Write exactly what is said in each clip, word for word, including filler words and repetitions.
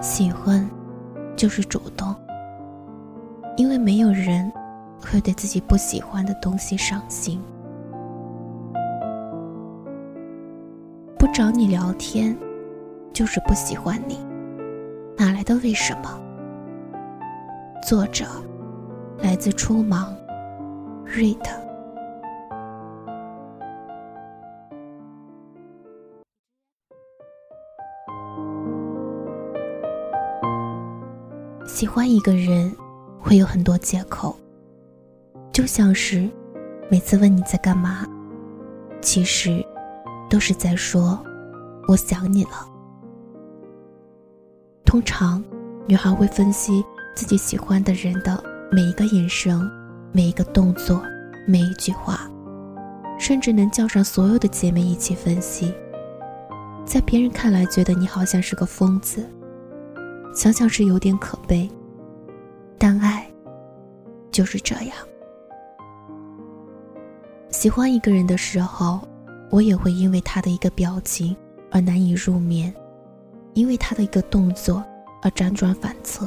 喜欢就是主动，因为没有人会对自己不喜欢的东西上心。不找你聊天就是不喜欢你，哪来的为什么？作者来自初芒 Read。 喜欢一个人会有很多借口，就像是每次问你在干嘛，其实都是在说我想你了。通常女孩会分析自己喜欢的人的每一个眼神，每一个动作，每一句话，甚至能叫上所有的姐妹一起分析。在别人看来觉得你好像是个疯子，想想是有点可悲，但爱就是这样。喜欢一个人的时候，我也会因为他的一个表情而难以入眠，因为他的一个动作而辗转反侧。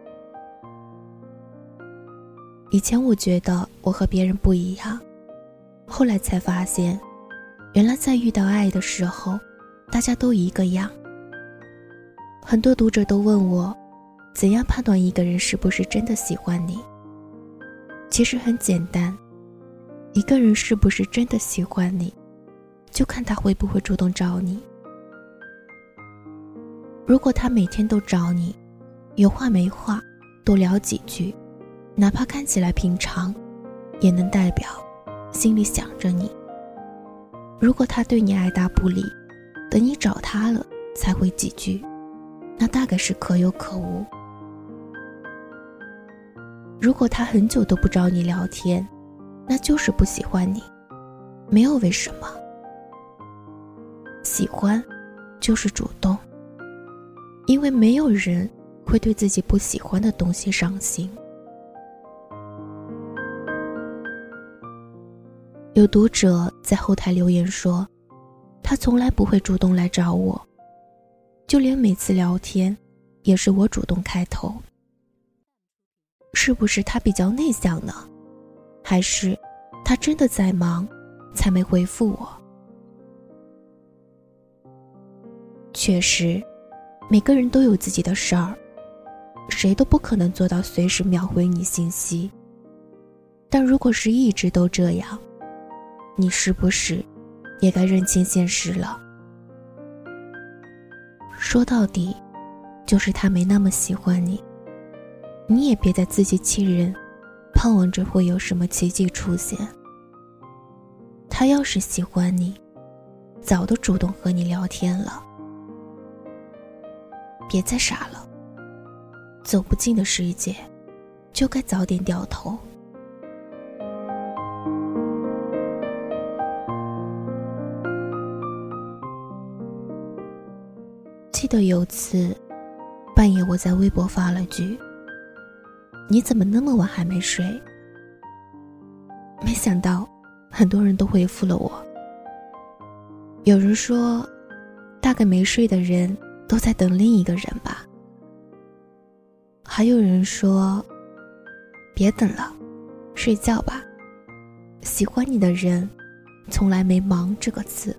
以前我觉得我和别人不一样，后来才发现，原来在遇到爱的时候，大家都一个样。很多读者都问我，怎样判断一个人是不是真的喜欢你？其实很简单，一个人是不是真的喜欢你，就看他会不会主动找你。如果他每天都找你，有话没话多聊几句，哪怕看起来平常，也能代表心里想着你。如果他对你爱答不理，等你找他了才回几句，那大概是可有可无。如果他很久都不找你聊天，那就是不喜欢你，没有为什么。喜欢就是主动，因为没有人会对自己不喜欢的东西上心。有读者在后台留言说，他从来不会主动来找我，就连每次聊天也是我主动开头。是不是他比较内向呢？还是他真的在忙才没回复我？确实，每个人都有自己的事儿，谁都不可能做到随时秒回你信息。但如果是一直都这样，你是不是也该认清现实了？说到底，就是他没那么喜欢你。你也别再自欺欺人，盼望着会有什么奇迹出现。他要是喜欢你，早都主动和你聊天了。别再傻了，走不进的世界，就该早点掉头。记得有次半夜，我在微博发了句，你怎么那么晚还没睡？没想到很多人都回复了我。有人说，大概没睡的人都在等另一个人吧。还有人说，别等了，睡觉吧，喜欢你的人从来没忙这个字。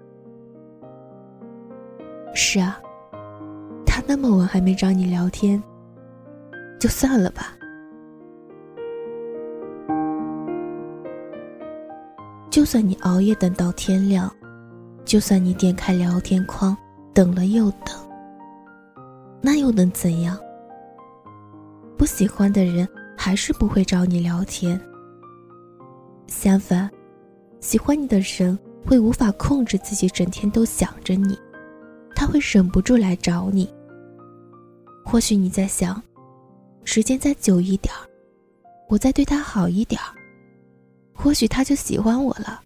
是啊，他那么晚还没找你聊天，就算了吧。就算你熬夜等到天亮，就算你点开聊天框等了又等，那又能怎样？不喜欢的人还是不会找你聊天。相反，喜欢你的人会无法控制自己整天都想着你，他会忍不住来找你。或许你在想，时间再久一点，我再对他好一点，或许他就喜欢我了。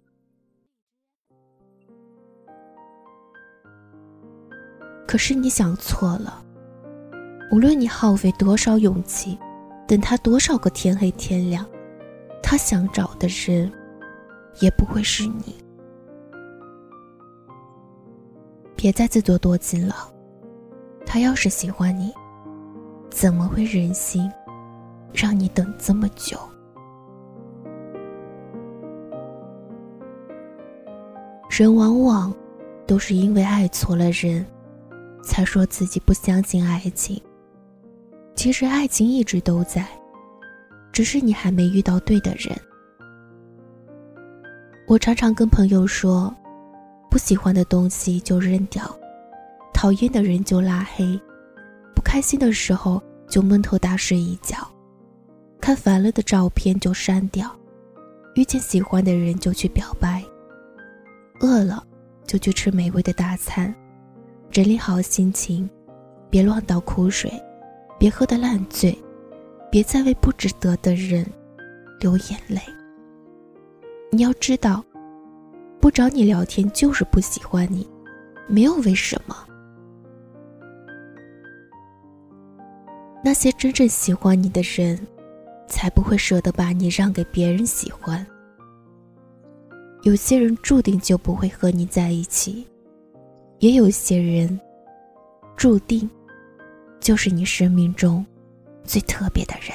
可是你想错了，无论你耗费多少勇气，等他多少个天黑天亮，他想找的人也不会是你。别再自作多情了，他要是喜欢你， 怎么会忍心让你等这么久？人往往都是因为爱错了人，才说自己不相信爱情。其实爱情一直都在，只是你还没遇到对的人。我常常跟朋友说，不喜欢的东西就扔掉，讨厌的人就拉黑，不开心的时候就闷头大睡一觉，看烦了的照片就删掉，遇见喜欢的人就去表白，饿了就去吃美味的大餐，整理好心情，别乱倒苦水，别喝得烂醉，别再为不值得的人流眼泪。你要知道，不找你聊天就是不喜欢你，没有为什么。那些真正喜欢你的人，才不会舍得把你让给别人喜欢。有些人注定就不会和你在一起，也有些人注定就是你生命中最特别的人。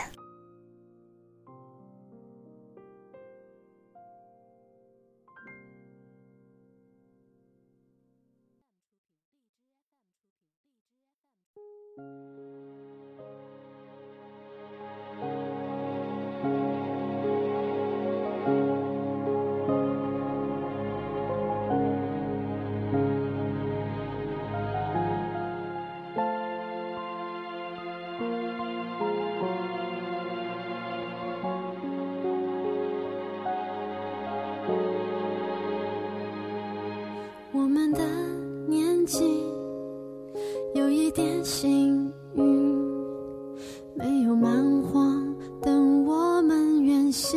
我们的年纪有一点幸运，没有蛮荒等我们远行，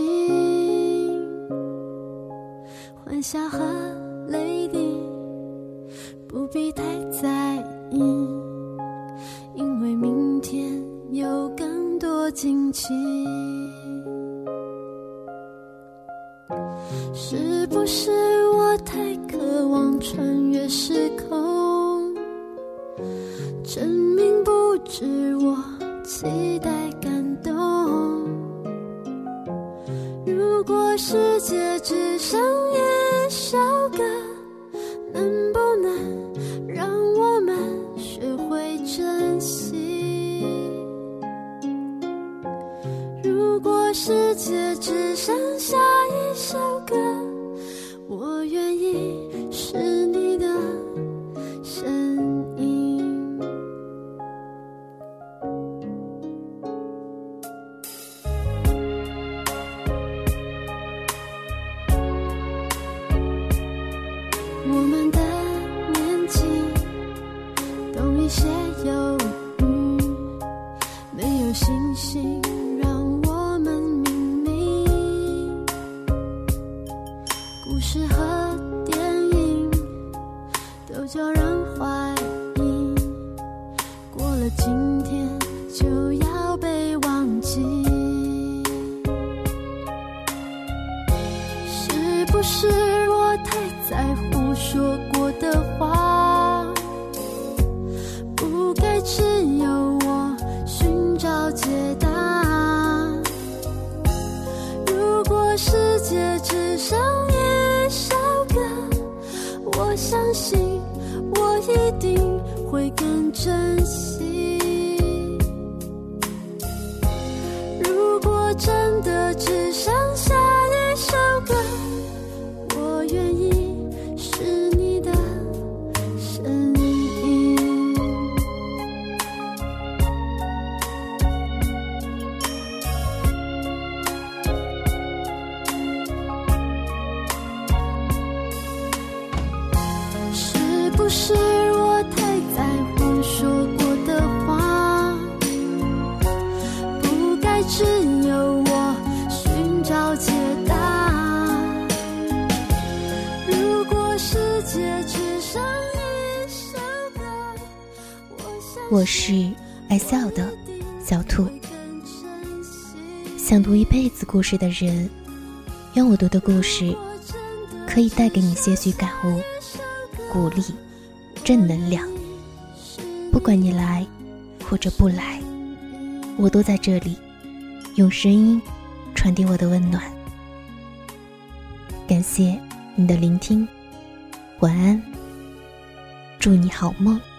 欢笑和泪滴不必太在意，因为明天有更多惊奇。是不是我太渴望穿越时空，证明不止我期待感动？如果世界只剩一首歌，能不能让我们学会珍惜？如果世界只剩下一首歌，我愿意是你的声音。我们的年纪懂一些忧郁，没有星星让我们明明，故事和电影都叫人怀疑，过了今天就要被忘记。是不是我太在乎说过的话，不该只有我寻找解答？如果世界只剩一首歌，我相信我一定会更珍惜。如果真的只剩下一首歌，我愿意是你的声音。是不是我太在乎说过的话，不该只有我寻找解答？如果世界只剩一首歌， 我是爱笑的小兔，想读一辈子故事的人，愿我读的故事可以带给你些许感悟、鼓励、正能量。不管你来或者不来， 我都在这里，用声音传递我的温暖。感谢你的聆听，晚安，祝你好梦。